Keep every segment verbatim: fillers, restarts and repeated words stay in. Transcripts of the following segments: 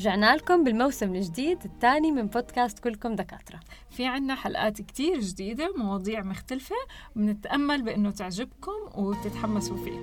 رجعنا لكم بالموسم الجديد الثاني من بودكاست كلكم دكاترة. في عنا حلقات كتير جديدة، مواضيع مختلفة، بنتأمل بأنه تعجبكم وتتحمسوا فيه.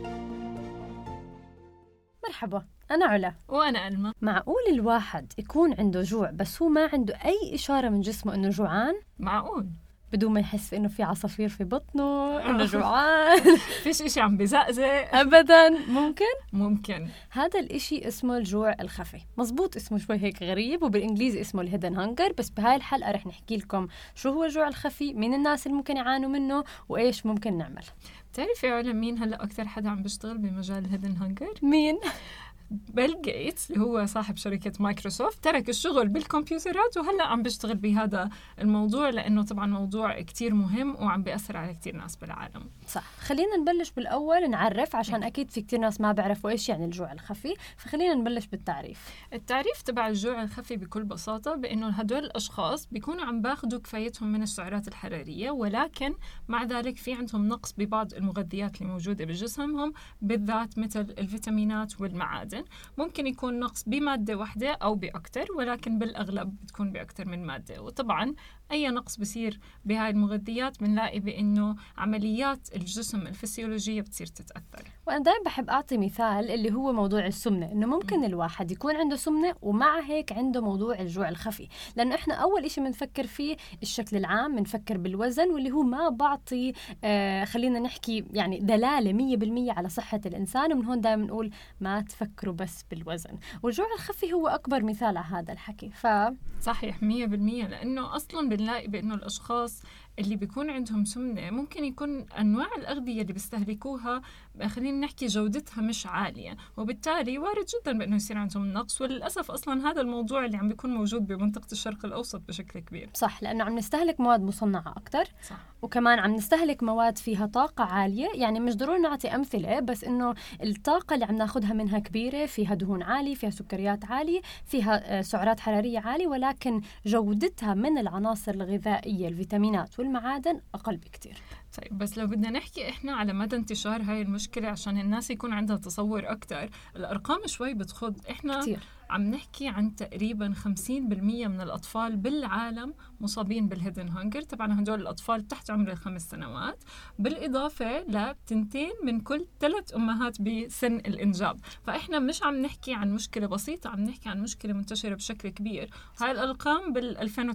مرحبا، أنا علا. وأنا ألمى. معقول الواحد يكون عنده جوع بس هو ما عنده أي إشارة من جسمه إنه جوعان؟ معقول بدون ما يحس إنه في عصافير في بطنه إنه جوعان؟ فيش إشي عم بزقزق أبداً. ممكن ممكن هذا الإشي اسمه الجوع الخفي. مزبوط، اسمه شوي هيك غريب وبالإنجليزي اسمه الهيدن هانجر، بس بهاي الحلقة رح نحكي لكم شو هو الجوع الخفي، مين الناس اللي ممكن يعانوا منه، وإيش ممكن نعمل. بتعرفي يا علا مين هلأ أكتر حدا عم بيشتغل بمجال الهيدن هانجر؟ مين؟ بيل غيتس اللي هو صاحب شركة مايكروسوفت. ترك الشغل بالكمبيوترات وهلأ عم بيشتغل بهذا الموضوع، لأنه طبعا موضوع كتير مهم وعم بيأثر على كتير ناس بالعالم. صح، خلينا نبلش بالأول نعرف، عشان أكيد في كتير ناس ما بيعرفوا إيش يعني الجوع الخفي، فخلينا نبلش بالتعريف. التعريف تبع الجوع الخفي بكل بساطة بأنه هدول الأشخاص بيكونوا عم باخدوا كفايتهم من السعرات الحرارية، ولكن مع ذلك في عندهم نقص ببعض المغذيات اللي موجودة بجسمهم، بالذات مثل الفيتامينات والمعادن. ممكن يكون نقص بمادة واحدة أو بأكتر، ولكن بالأغلب بتكون بأكتر من مادة. وطبعاً أي نقص بصير بهاي المغذيات بنلاقي بأنه عمليات الجسم الفسيولوجية بتصير تتأثر. وأنا دائما بحب أعطي مثال اللي هو موضوع السمنة، إنه ممكن م. الواحد يكون عنده سمنة ومع هيك عنده موضوع الجوع الخفي، لأنه إحنا أول إشي بنفكر فيه الشكل العام، بنفكر بالوزن، واللي هو ما بعطي آه خلينا نحكي يعني دلالة مية بالمية على صحة الإنسان. ومن هون دائما نقول ما تفكروا بس بالوزن، والجوع الخفي هو أكبر مثال على هذا الحكي. ف صحيح مية بالمية، لأنه أصلاً بنلاقي بأنه الأشخاص اللي بيكون عندهم سمنة ممكن يكون أنواع الأغذية اللي بيستهلكوها خلينا نحكي جودتها مش عالية، وبالتالي وارد جدا بأنه يصير عندهم نقص. وللأسف أصلا هذا الموضوع اللي عم بيكون موجود بمنطقة الشرق الأوسط بشكل كبير. صح، لأنه عم نستهلك مواد مصنعة أكتر. صح. وكمان عم نستهلك مواد فيها طاقة عالية، يعني مش ضروري نعطي أمثلة، بس إنه الطاقة اللي عم ناخدها منها كبيرة، فيها دهون عالية، فيها سكريات عالية، فيها سعرات حرارية عالية، ولكن جودتها من العناصر الغذائية الفيتامينات والمعادن أقل بكتير. طيب بس لو بدنا نحكي إحنا على مدى انتشار هاي المشكلة عشان الناس يكون عندها تصور أكتر، الأرقام شوي بتخض. إحنا كتير. عم نحكي عن تقريباً خمسين بالمية من الأطفال بالعالم مصابين بالهيدن هانجر. طبعاً هدول الأطفال تحت عمر الخمس سنوات، بالإضافة لتنتين من كل ثلاث أمهات بسن الإنجاب. فإحنا مش عم نحكي عن مشكلة بسيطة، عم نحكي عن مشكلة منتشرة بشكل كبير. هاي الأرقام بال2022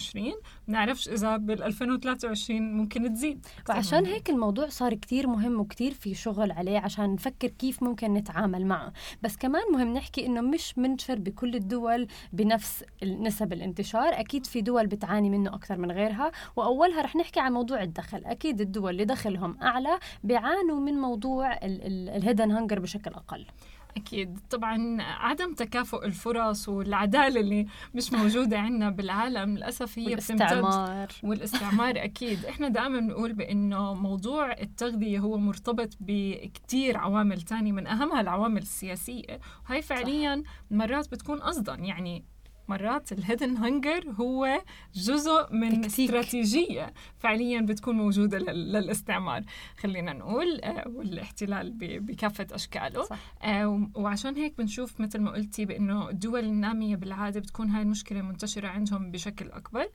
بنعرفش إذا بال2023 ممكن تزيد. وعشان هيك الموضوع صار كتير مهم وكتير في شغل عليه عشان نفكر كيف ممكن نتعامل معه. بس كمان مهم نحكي إنه مش منتشر بكل الدول بنفس نسب الانتشار. أكيد في دول بتعاني منه أكثر من غيرها، وأولها رح نحكي عن موضوع الدخل. أكيد الدول اللي دخلهم أعلى بيعانوا من موضوع الهيدن هانجر بشكل أقل. أكيد. طبعاً عدم تكافؤ الفرص والعدالة اللي مش موجودة عندنا بالعالم للأسف هي والاستعمار والاستعمار أكيد. إحنا دائما نقول بأنه موضوع التغذية هو مرتبط بكتير عوامل تانية، من أهمها العوامل السياسية، وهي فعلياً مرات بتكون قصداً. يعني مرات الهيدن هانجر هو جزء من تكتيك. استراتيجية فعليا بتكون موجودة للاستعمار خلينا نقول، والاحتلال بكافة أشكاله. صح. وعشان هيك بنشوف مثل ما قلتي بأنه الدول النامية بالعادة بتكون هاي المشكلة منتشرة عندهم بشكل أكبر.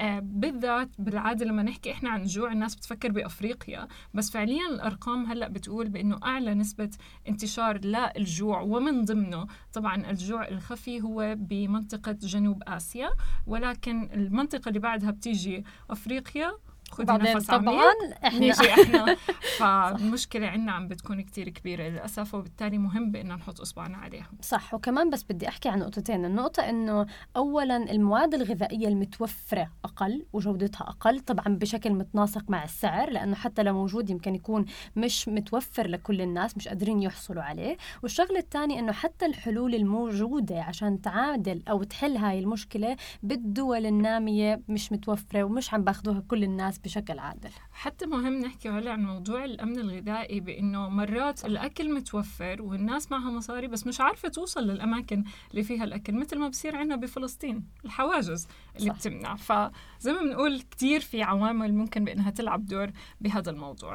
بالذات بالعادة لما نحكي إحنا عن جوع الناس بتفكر بأفريقيا، بس فعليا الأرقام هلأ بتقول بأنه أعلى نسبة انتشار للجوع ومن ضمنه طبعا الجوع الخفي هو بمنطقة جنوب آسيا، ولكن المنطقة اللي بعدها بتيجي أفريقيا. بعدين طبعاً إحنا إحنا فالمشكلة عنا عم بتكون كتير كبيرة للأسف، وبالتالي مهم بأننا نحط إصبعنا عليها. صح. وكمان بس بدي أحكي عن نقطتين. النقطة إنه أولاً المواد الغذائية المتوفرة أقل وجودتها أقل، طبعاً بشكل متناسق مع السعر، لأنه حتى لو موجود يمكن يكون مش متوفر لكل الناس، مش قادرين يحصلوا عليه. والشغلة الثانية إنه حتى الحلول الموجودة عشان تعادل أو تحل هاي المشكلة بالدول النامية مش متوفرة ومش عم باخدوها كل الناس بشكل عادل. حتى مهم نحكي هلا عن موضوع الأمن الغذائي، بأنه مرات الأكل متوفر والناس معها مصاري بس مش عارفة توصل للأماكن اللي فيها الأكل، مثل ما بصير عنا بفلسطين الحواجز اللي صح. بتمنع. فزي ما بنقول كتير في عوامل ممكن بأنها تلعب دور بهذا الموضوع.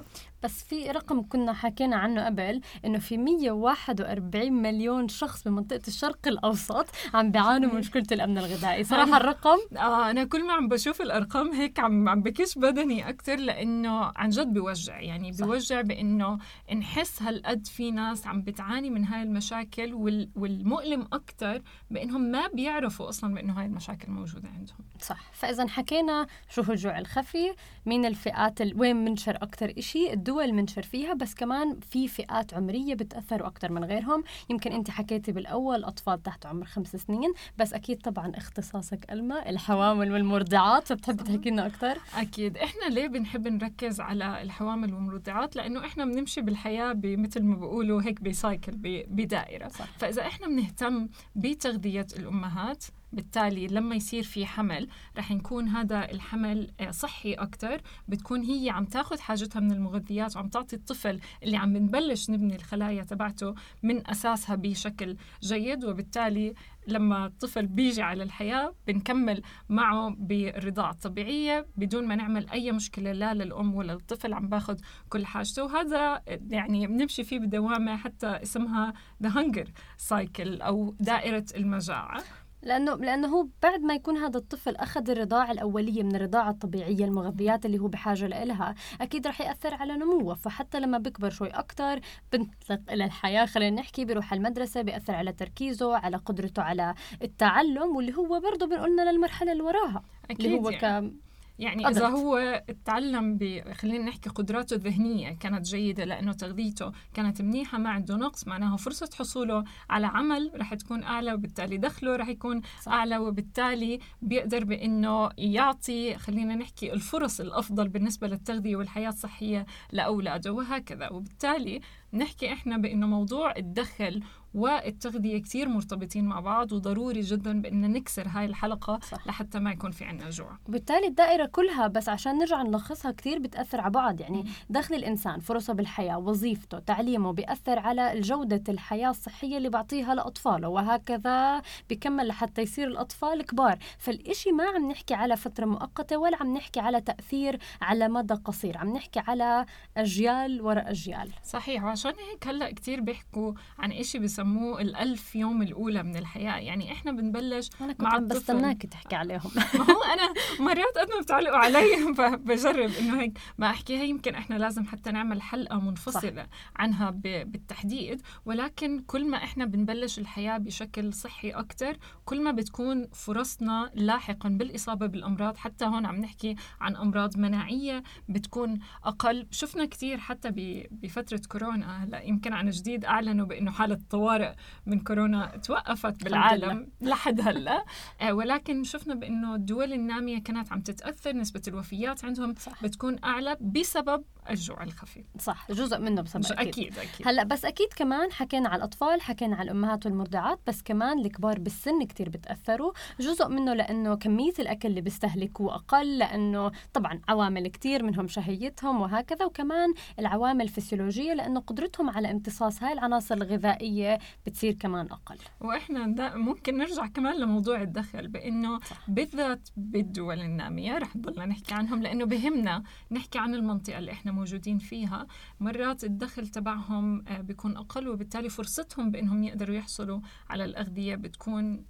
بس في رقم كنا حكينا عنه قبل إنه في مية وواحد وأربعين مليون شخص بمنطقة الشرق الأوسط عم بيعانوا من مشكلة الأمن الغذائي. صراحة الرقم آه أنا كل ما عم بشوف الأرقام هيك عم عم بكش بدني أكتر، لأنه عن جد بيوجع، يعني بيوجع بإنه نحس هالقد في ناس عم بتعاني من هاي المشاكل، وال والمؤلم أكتر بإنهم ما بيعرفوا أصلاً بإنه هاي المشاكل موجودة عندهم. صح. فإذا حكينا شو هو الجوع الخفي، مين الفئات ال... وين منشر أكتر إشي، الدول منشر فيها، بس كمان في فئات عمرية بتأثروا أكتر من غيرهم. يمكن أنت حكيتي بالأول أطفال تحت عمر خمس سنين، بس أكيد طبعا اختصاصك ألما الحوامل والمرضعات، فبتحب تحكي لنا أكتر؟ أكيد. إحنا ليه بنحب نركز على الحوامل والمرضعات؟ لأنه إحنا بنمشي بالحياة بمثل ما بقولوا هيك بسايكل، بدائرة. صح. فإذا إحنا بنهتم بتغذية الأمهات، بالتالي لما يصير في حمل رح نكون هذا الحمل صحي أكتر، بتكون هي عم تاخد حاجتها من المغذيات وعم تعطي الطفل اللي عم بنبلش نبني الخلايا تبعته من أساسها بشكل جيد، وبالتالي لما الطفل بيجي على الحياة بنكمل معه بالرضاعة الطبيعية بدون ما نعمل أي مشكلة لا للأم ولا للطفل، عم باخد كل حاجته. وهذا يعني بنمشي فيه بدوامة حتى اسمها The Hunger Cycle أو دائرة المجاعة، لأنه لأنه هو بعد ما يكون هذا الطفل أخذ الرضاعة الأولية من الرضاعة الطبيعية، المغذيات اللي هو بحاجة لإلها، أكيد رح يأثر على نموه. فحتى لما بكبر شوي أكتر بنطلق إلى الحياة، خلينا نحكي، بيروح المدرسة، بيأثر على تركيزه، على قدرته على التعلم، واللي هو برضه بنقولنا للمرحلة اللي وراها أكيد. اللي هو يعني. ك يعني إذا هو اتعلم ب خلينا نحكي قدراته الذهنية كانت جيدة لأنه تغذيته كانت منيحة، ما عنده نقص، معناها فرصة حصوله على عمل رح تكون أعلى، وبالتالي دخله رح يكون صح. أعلى، وبالتالي بيقدر بأنه يعطي خلينا نحكي الفرص الأفضل بالنسبة للتغذية والحياة الصحية لأولاده وهكذا. وبالتالي نحكي إحنا بأنه موضوع الدخل والتغذية كتير مرتبطين مع بعض، وضروري جدا بأن نكسر هاي الحلقة صح. لحتى ما يكون في عنا جوع. وبالتالي الدائرة كلها بس عشان نرجع نلخصها كتير بتأثر على بعض. يعني م. دخل الإنسان، فرصه بالحياة، وظيفته، تعليمه، بيأثر على جودة الحياة الصحية اللي بعطيها لأطفاله، وهكذا بيكمل لحتى يصير الأطفال كبار. فالإشي ما عم نحكي على فترة مؤقتة، ولا عم نحكي على تأثير على مدى قصير، عم نحكي على أجيال وراء أجيال. صحيح. وعشان هيك هلأ كتير بيحكوا عن إشي بسموه الألف يوم الأولى من الحياة. يعني إحنا بنبلش أنا كنت عم بستناك تحكي عليهم. ما هو أنا مرات قد ما بتعلقوا علي بجرب إنه هيك ما أحكيها. يمكن إحنا لازم حتى نعمل حلقة منفصلة صح. عنها بالتحديد. ولكن كل ما إحنا بنبلش الحياة بشكل صحي أكتر، كل ما بتكون فرصنا لاحقا بالإصابة بالأمراض، حتى هون عم نحكي عن أمراض مناعية، بتكون أقل. شفنا كتير حتى بفترة كورونا، هلا يمكن عن جديد أعلنوا بأنه حالة طوارئ من كورونا توقفت بالعالم لحد هلا، آه ولكن شفنا بأنه الدول النامية كانت عم تتأثر، نسبة الوفيات عندهم صح. بتكون أعلى بسبب الجوع الخفي. صح، جزء منه بسبب أكيد. أكيد, أكيد. هلا بس أكيد كمان حكينا على الأطفال، حكينا على الأمهات والمرضعات، بس كمان الكبار بالسن كتير بتأثروا. جزء منه لأنه كمية الأكل اللي بيستهلكوه أقل، لأنه طبعا عوامل كتير منهم شهيتهم وهكذا، وكمان العوامل الفسيولوجية لأنه قدرتهم على امتصاص هاي العناصر الغذائية بتصير كمان أقل. وإحنا ممكن نرجع كمان لموضوع الدخل، بأنه صح. بالذات بالدول النامية رح نضلنا نحكي عنهم لأنه بهمنا نحكي عن المنطقة اللي إحنا موجودين فيها. مرات الدخل تبعهم بيكون أقل، وبالتالي فرصتهم بأنهم يقدروا يحصلوا على الأغذية بتكون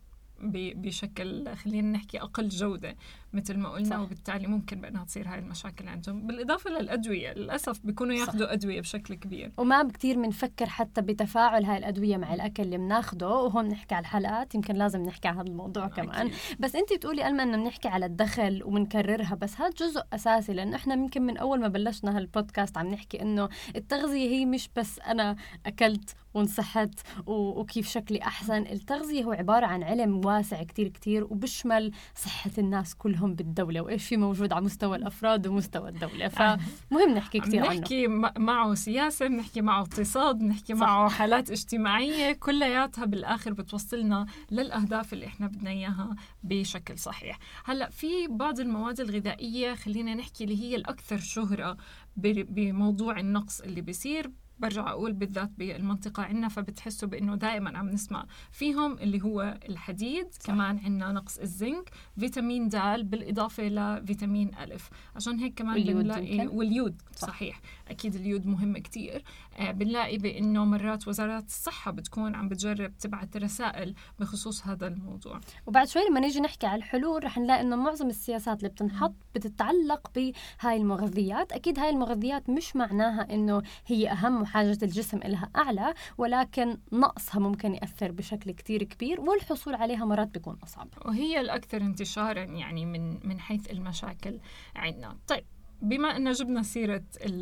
بشكل خلينا نحكي أقل جودة مثل ما قلنا صح. وبالتالي ممكن بأنها تصير هاي المشاكل عندهم، بالإضافة للأدوية للأسف بيكونوا ياخدوا صح. أدوية بشكل كبير، وما كتير منفكر حتى بتفاعل هاي الأدوية مع الأكل اللي بناخده. وهون نحكي على الحلقات، يمكن لازم نحكي على هذا الموضوع كمان أكيد. بس أنت بتقولي ألما أنه بنحكي على الدخل ومنكررها، بس هذا جزء أساسي، لأنه إحنا يمكن من أول ما بلشنا هالبودكاست عم نحكي أنه التغذية هي مش بس أنا أكلت ونصحت وكيف شكلي أحسن. التغذية هو عبارة عن علم واسع كتير كتير، وبشمل صحة الناس كلهم بالدولة، وإيش في موجود على مستوى الأفراد ومستوى الدولة. فمهم نحكي كتير عنه. نحكي معه سياسة، نحكي معه اقتصاد، نحكي صح. معه حالات اجتماعية، كلياتها بالآخر بتوصلنا للأهداف اللي إحنا بدنا إياها بشكل صحيح. هلأ في بعض المواد الغذائية خلينا نحكي اللي هي الأكثر شهرة بموضوع النقص اللي بيصير برجع أقول بالذات بالمنطقة عنا، فبتحسوا بأنه دائما عم نسمع فيهم اللي هو الحديد. صح. كمان عنا نقص الزنك، فيتامين د بالإضافة لفيتامين ألف. عشان هيك كمان بنلاقي واليود. صح. صحيح، أكيد اليود مهم كتير. آه بنلاقي بأنه مرات وزارات الصحة بتكون عم بتجرب تبعت رسائل بخصوص هذا الموضوع. وبعد شوي لما نيجي نحكي على الحلول رح نلاقي إنه معظم السياسات اللي بتنحط بتتعلق بهاي المغذيات. أكيد هاي المغذيات مش معناها إنه هي أهم وحاجة الجسم إلها أعلى، ولكن نقصها ممكن يأثر بشكل كتير كبير، والحصول عليها مرات بيكون أصعب، وهي الأكثر انتشارا يعني من من حيث المشاكل عندنا. طيب بما أننا جبنا سيرة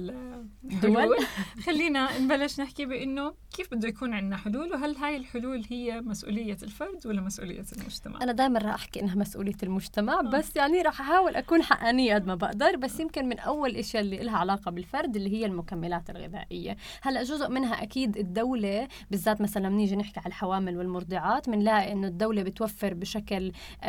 الحلول خلينا نبلش نحكي بأنه كيف بده يكون عندنا حلول، وهل هاي الحلول هي مسؤولية الفرد ولا مسؤولية المجتمع؟ أنا دائما راح أحكي إنها مسؤولية المجتمع. آه. بس يعني راح أحاول أكون حقانية قد ما بقدر. بس يمكن من أول إشياء اللي لها علاقة بالفرد اللي هي المكملات الغذائية. هلأ جزء منها أكيد الدولة، بالذات مثلا نيجي نحكي على الحوامل والمرضعات، منلاقي إنه الدولة بتوفر بشكل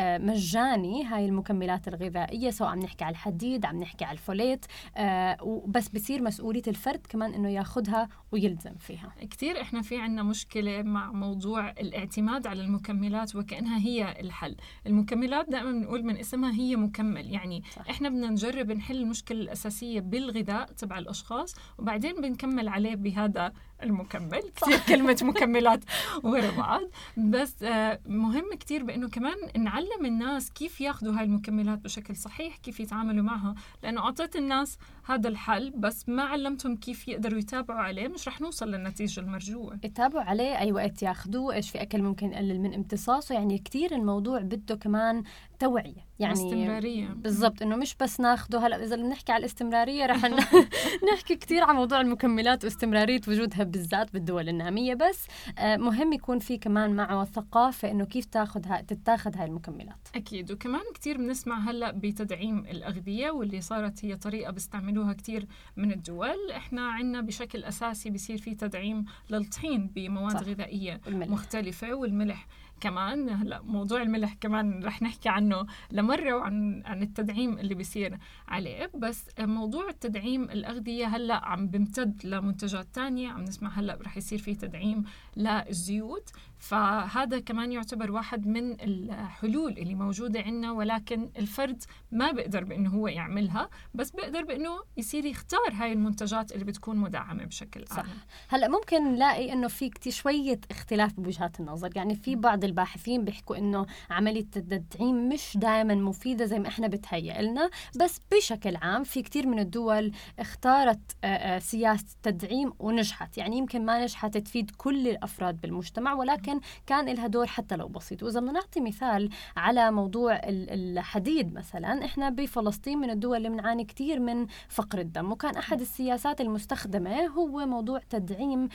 مجاني هاي المكملات الغذائية، سواء عم نحكي على الحديد، عم نحكي على الفوليت، آه بس بصير مسؤولية الفرد كمان إنه ياخدها ويلزم فيها. كتير إحنا في عنا مشكلة مع موضوع الاعتماد على المكملات وكأنها هي الحل. المكملات دائما بنقول من اسمها هي مكمل، يعني صح. إحنا بدنا نجرب نحل المشكلة الأساسية بالغذاء تبع الأشخاص، وبعدين بنكمل عليه بهذا المكمل. كتير كلمة مكملات ورا بعض. بس آه مهم كتير بأنه كمان نعلم الناس كيف ياخدوا هاي المكملات بشكل صحيح، كيف يتعاملوا معها، لأنه أعطيت الناس هذا الحل بس ما علمتهم كيف يقدروا يتابعوا عليه، مش رح نوصل للنتيجة المرجوة. يتابعوا عليه أي وقت ياخدوه، إيش في أكل ممكن يقلل من امتصاصه. يعني كتير الموضوع بده كمان توعية، يعني استمرارية. بالضبط، إنه مش بس ناخده. هلأ إذا بنحكي على الاستمرارية رح نحكي كتير عن موضوع المكملات واستمرارية وجودها بالذات بالدول النامية. بس مهم يكون في كمان معه ثقافة إنه كيف تاخدها تتاخد هاي المكملات. أكيد. وكمان كتير بنسمع هلأ بتدعيم الأغذية، واللي صارت هي طريقة بيستعملوها كتير من الدول. إحنا عنا بشكل أساسي بيصير في تدعيم للطحين بمواد صح. غذائية والملح. مختلفة، والملح كمان. هلا موضوع الملح كمان رح نحكي عنه لمرة، وعن عن التدعيم اللي بيصير عليه. بس موضوع التدعيم الأغذية هلا عم بمتد لمنتجات تانية. عم نسمع هلا رح يصير فيه تدعيم للزيوت، فهذا كمان يعتبر واحد من الحلول اللي موجودة عنا، ولكن الفرد ما بيقدر بأنه هو يعملها، بس بيقدر بأنه يصير يختار هاي المنتجات اللي بتكون مدعمة بشكل صح. هلأ ممكن نلاقي أنه في كتير شوية اختلاف بوجهات النظر. يعني في بعض الباحثين بيحكوا أنه عملية التدعيم مش دائما مفيدة زي ما إحنا بتهيأ لنا، بس بشكل عام في كتير من الدول اختارت سياسة تدعيم ونجحت. يعني يمكن ما نجحت تفيد كل الأفراد بالمجتمع، ولكن كان لها دور حتى لو بسيط. وإذا بدنا نعطي مثال على موضوع الحديد مثلا، إحنا بفلسطين من الدول اللي بنعاني كتير من فقر الدم، وكان أحد السياسات المستخدمة هو موضوع تدعيم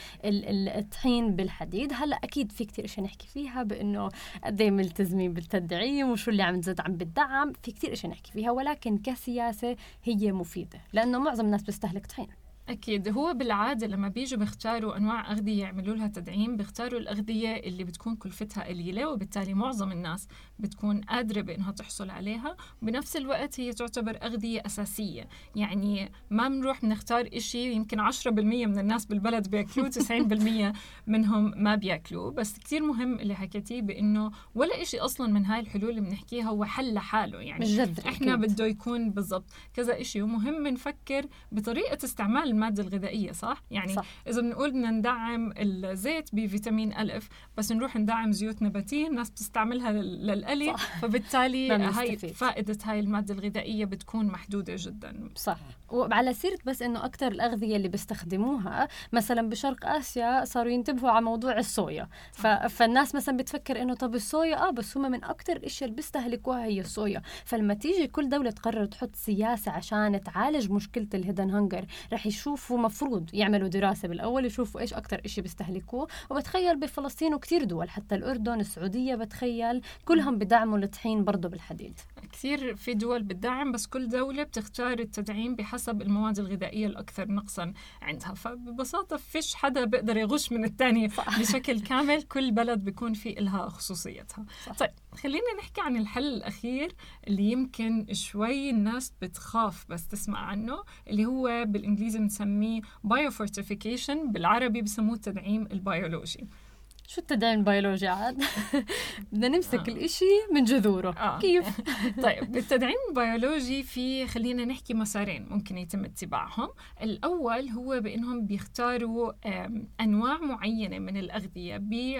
الطحين بالحديد. هلأ أكيد في كتير إشي نحكي فيها بأنه قدي ملتزمين بالتدعيم وشو اللي عم نزيد عم بالدعم، في كتير إشي نحكي فيها، ولكن كسياسة هي مفيدة لأنه معظم الناس بتستهلك طحين. أكيد. هو بالعادة لما بيجوا بيختاروا أنواع أغذية يعملوا لها تدعيم، بيختاروا الأغذية اللي بتكون كلفتها قليلة، وبالتالي معظم الناس بتكون قادرة بأنها تحصل عليها، وبنفس الوقت هي تعتبر أغذية أساسية. يعني ما بنروح بنختار إشي يمكن عشرة بالمية من الناس بالبلد بيأكلوه، تسعين بالمية منهم ما بيأكلوه. بس كتير مهم اللي حكيتيه بأنه ولا إشي أصلا من هاي الحلول اللي بنحكيها هو حل لحاله. يعني إحنا بده يكون بالضبط كذا إشي، ومهم نفكر بطريقة استعمال المادة الغذائية صح؟ يعني صح. إذا بنقول بدنا ندعم الزيت بفيتامين ألف، بس نروح ندعم زيوت نباتية الناس بتستعملها للقلي، فبالتالي هاي فائدة هاي المادة الغذائية بتكون محدودة جدا. صح. وعلى سيرة بس إنه أكتر الأغذية اللي بيستخدموها مثلا بشرق آسيا صاروا ينتبهوا على موضوع الصويا. ف... فالناس مثلا بتفكر إنه طب الصويا آه بس هم من أكتر الأشياء اللي بيستهلكوها هي الصويا. فلما تيجي كل دولة تقرر تحط سياسة عشان تعالج مشكلة الهيدن هنجر، رح يشوفوا مفروض يعملوا دراسة بالأول يشوفوا إيش أكتر إشي بيستهلكوه. وبتخيل بفلسطين وكتير دول حتى الأردن السعودية بتخيل كلهم بدعموا الطحين برضو بالحديد. كثير في دول بتدعم، بس كل دولة بتختار التدعيم بحسب المواد الغذائية الأكثر نقصا عندها. فببساطة فيش حدا بيقدر يغش من الثاني بشكل كامل، كل بلد بيكون في إلها خصوصيتها. صح. طيب خلينا نحكي عن الحل الأخير اللي يمكن شوي الناس بتخاف بس تسمع عنه، اللي هو بالإنجليزي بنسميه biofortification، بالعربي بسموه التدعيم البيولوجي. شو التدعيم البيولوجي عاد؟ بدنا نمسك آه. الإشي من جذوره. آه. كيف؟ طيب بالتدعيم البيولوجي في خلينا نحكي مسارين ممكن يتم اتباعهم. الأول هو بأنهم بيختاروا أنواع معينة من الأغذية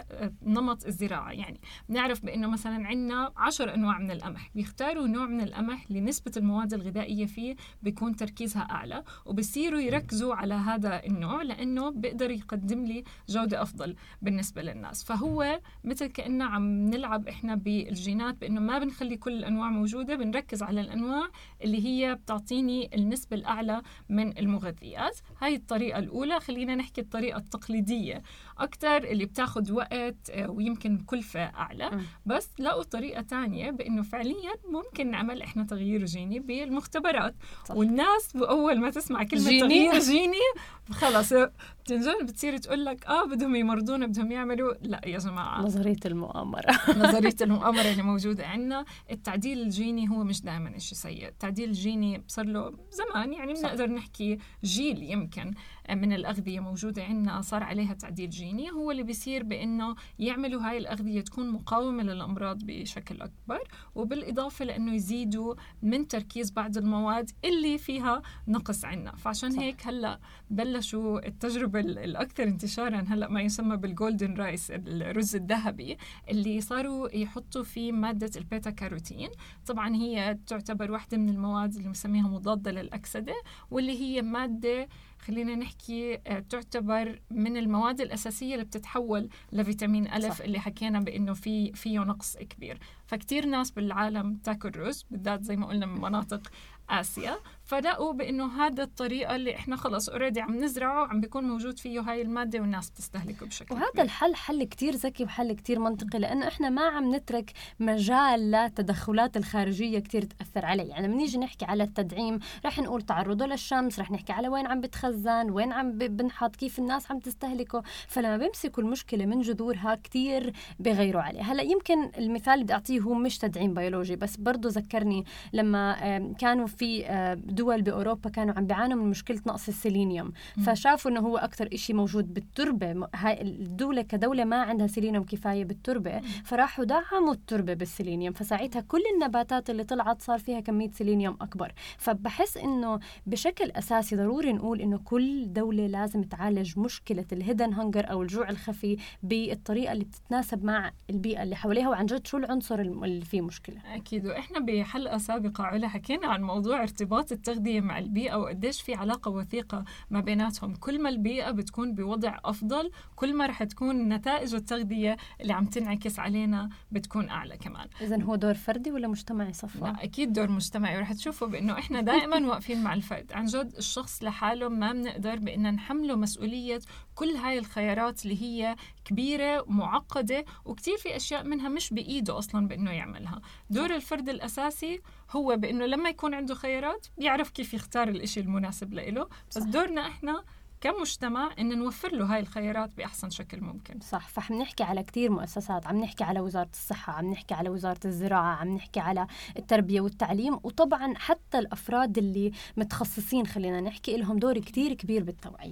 بنمط الزراعة. يعني نعرف بأنه مثلا عندنا عشر أنواع من القمح، بيختاروا نوع من القمح لنسبة المواد الغذائية فيه بيكون تركيزها أعلى، وبصيروا يركزوا على هذا النوع لأنه بيقدر يقدم لي جودة أفضل بالنسبة لنا الناس. فهو مثل كأننا عم نلعب إحنا بالجينات، بأنه ما بنخلي كل الأنواع موجودة، بنركز على الأنواع اللي هي بتعطيني النسبة الأعلى من المغذيات. هاي الطريقة الأولى. خلينا نحكي الطريقة التقليدية أكتر اللي بتاخد وقت ويمكن كلفة أعلى، بس لقوا طريقة تانية بأنه فعليا ممكن نعمل إحنا تغيير جيني بالمختبرات. صح. والناس أول ما تسمع كلمة جيني. تغيير جيني خلاص بتنزل بتصير تقول لك آه بدهم يمرضونا، بدهم يعملوا. لا يا جماعة، نظرية المؤامرة نظرية المؤامرة اللي موجودة عندنا. التعديل الجيني هو مش دائما إشي سيء. التعديل الجيني صار له زمان، يعني بنقدر نحكي جيل يمكن من الأغذية موجودة عندنا صار عليها تعديل جيني، هو اللي بيصير بأنه يعملوا هاي الأغذية تكون مقاومة للأمراض بشكل أكبر، وبالإضافة لأنه يزيدوا من تركيز بعض المواد اللي فيها نقص عندنا. فعشان صح. هيك هلأ بلشوا التجربة الأكثر انتشاراً هلأ ما يسمى بالجولدن رايس، الرز الذهبي، اللي صاروا يحطوا فيه مادة البيتا كاروتين. طبعاً هي تعتبر واحدة من المواد اللي مسميها مضادة للأكسدة، واللي هي مادة خلينا نحكي تعتبر من المواد الأساسية اللي بتتحول لفيتامين ألف. صح. اللي حكينا بأنه في فيه نقص كبير. فكتير ناس بالعالم تاكل رز، بالذات زي ما قلنا من مناطق آسيا، فلقوا بأنه هذا الطريقة اللي إحنا خلص أوريدي عم نزرعه عم بيكون موجود فيه هاي المادة والناس بتستهلكه بشكل وهذا كبير. الحل حل كتير ذكي وحل كتير منطقي، لأنه إحنا ما عم نترك مجال للتدخلات الخارجية كتير تأثر عليه. يعني بنيجي نحكي على التدعيم رح نقول تعرضه للشمس، رح نحكي على وين عم بتخزن، وين عم بنحط، كيف الناس عم تستهلكه. فلما بيمسكوا المشكلة من جذورها كتير بيغيروا عليه. هلأ يمكن المثال اللي بدي أعطيه هو مش تدعيم بيولوجي، بس برضو ذكرني لما كانوا في دول بأوروبا كانوا عم بيعانوا من مشكلة نقص السيلينيوم، فشافوا إنه هو أكتر إشي موجود بالتربة. هاي الدولة كدولة ما عندها سيلينيوم كفاية بالتربة، فراحوا دعموا التربة بالسيلينيوم، فساعتها كل النباتات اللي طلعت صار فيها كمية سيلينيوم أكبر. فبحس إنه بشكل أساسي ضروري نقول إنه كل دولة لازم تعالج مشكلة الهيدن هنجر أو الجوع الخفي بالطريقة اللي بتتناسب مع البيئة اللي حواليها، وعن جد شو العنصر اللي فيه مشكلة. أكيد. وإحنا بحلقة سابقة علا حكينا عن موضوع ارتباط التغذية مع البيئة وقديش في علاقة وثيقة ما بيناتهم. كل ما البيئة بتكون بوضع أفضل، كل ما رح تكون نتائج التغذية اللي عم تنعكس علينا بتكون أعلى كمان. إذن هو دور فردي ولا مجتمعي صفوة؟ لا أكيد دور مجتمعي، ورح تشوفوا بأنه إحنا دائما واقفين مع الفرد. عن جد الشخص لحاله ما بنقدر بأننا نحمله مسؤولية كل هاي الخيارات اللي هي كبيرة ومعقدة، وكتير في أشياء منها مش بإيده أصلا بأنه يعملها. دور الفرد الأساسي هو بأنه لما يكون عنده خيارات يعرف كيف يختار الإشي المناسب له، بس دورنا إحنا كمجتمع إن نوفر له هاي الخيارات بأحسن شكل ممكن. صح. فحم نحكي على كتير مؤسسات، عم نحكي على وزارة الصحة، عم نحكي على وزارة الزراعة، عم نحكي على التربية والتعليم، وطبعا حتى الأفراد اللي متخصصين خلينا نحكي لهم دور كتير كبير بالتوعية.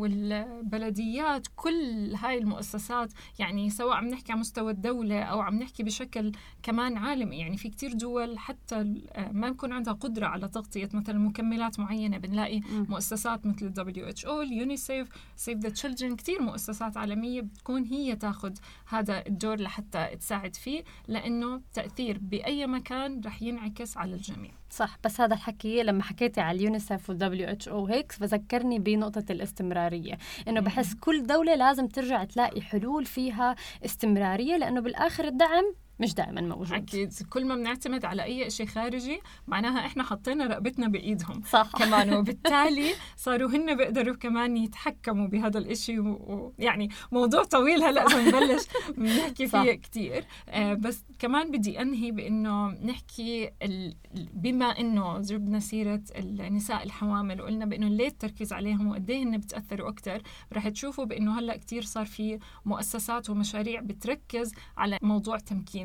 والبلديات، كل هاي المؤسسات، يعني سواء عم نحكي على مستوى الدولة أو عم نحكي بشكل كمان عالمي. يعني في كتير دول حتى ما يكون عندها قدرة على تغطية مثلا مكملات معينة، بنلاقي م. مؤسسات مثل ال دبليو إتش أو، اليونيسيف، Save the Children، كتير مؤسسات عالمية بتكون هي تاخد هذا الدور لحتى تساعد فيه، لأنه تأثير بأي مكان رح ينعكس على الجميع. صح. بس هذا الحكي لما حكيتي على اليونيسيف وال دبليو إتش أو هيك فذكرني بنقطة الاستمرارية، إنه بحس كل دولة لازم ترجع تلاقي حلول فيها استمرارية، لأنه بالآخر الدعم مش دائما موجود. أكيد. كل ما بنعتمد على أي شيء خارجي معناها إحنا حطينا رقبتنا بإيدهم. صح. كمان، وبالتالي صاروا هن بيقدروا كمان يتحكموا بهذا الإشي، ويعني موضوع طويل هلأ بنبلش نحكي فيه كتير. آه بس كمان بدي أنهي بأنه نحكي ال... بما إنه جبنا سيرة النساء الحوامل وقلنا بأنه ليه التركيز عليهم وقديه هن بتأثروا أكتر، رح تشوفوا بأنه هلأ كتير صار في مؤسسات ومشاريع بتركز على موضوع تمكين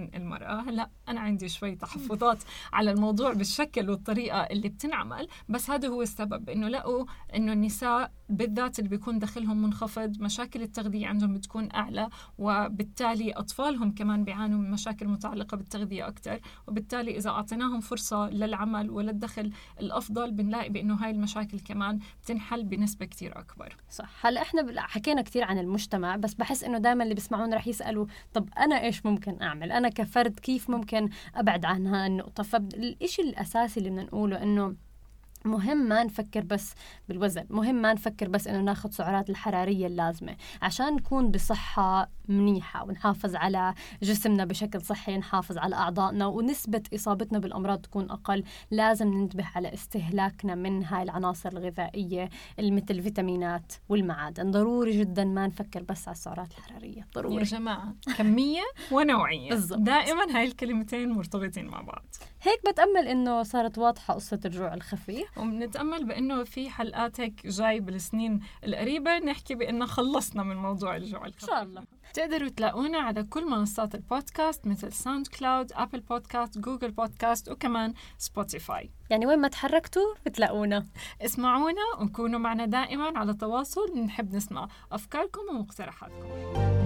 بروتين المرأة. هلا أنا عندي شوي تحفظات على الموضوع بالشكل والطريقة اللي بتنعمل، بس هذا هو السبب، إنه لقوا إنه النساء بالذات اللي بيكون دخلهم منخفض مشاكل التغذية عندهم بتكون أعلى، وبالتالي أطفالهم كمان بيعانوا من مشاكل متعلقة بالتغذية أكتر، وبالتالي إذا أعطيناهم فرصة للعمل وللدخل الأفضل بنلاقي بأنه هاي المشاكل كمان بتنحل بنسبة كتير أكبر. صح. هلا إحنا حكينا كتير عن المجتمع، بس بحس إنه دائما اللي بيسمعون رح يسألوا طب أنا إيش ممكن أعمل؟ أنا كفرد كيف ممكن أبعد عنها النقطة؟ فالإشي الأساسي اللي بدنا نقوله إنه مهم ما نفكر بس بالوزن، مهم ما نفكر بس إنه ناخد سعرات الحرارية اللازمة عشان نكون بصحة منيحة ونحافظ على جسمنا بشكل صحي، نحافظ على أعضائنا ونسبة إصابتنا بالأمراض تكون أقل. لازم ننتبه على استهلاكنا من هاي العناصر الغذائية مثل الفيتامينات والمعادن. ضروري جدا ما نفكر بس على السعرات الحرارية. ضروري يا جماعة كمية ونوعية بالضبط. دائما هاي الكلمتين مرتبطين مع بعض. هيك بتأمل إنه صارت واضحة قصة الجوع الخفي، وبنتأمل بأنه في حلقات هيك جاي بالسنين القريبة نحكي بأنه خلصنا من موضوع الجوع الخفي إن شاء الله. تقدروا تلاقونا على كل منصات البودكاست مثل ساوند كلاود، أبل بودكاست، جوجل بودكاست، وكمان سبوتيفاي. يعني وين ما تحركتوا بتلاقونا. اسمعونا وكونوا معنا دائما على تواصل، نحب نسمع أفكاركم ومقترحاتكم.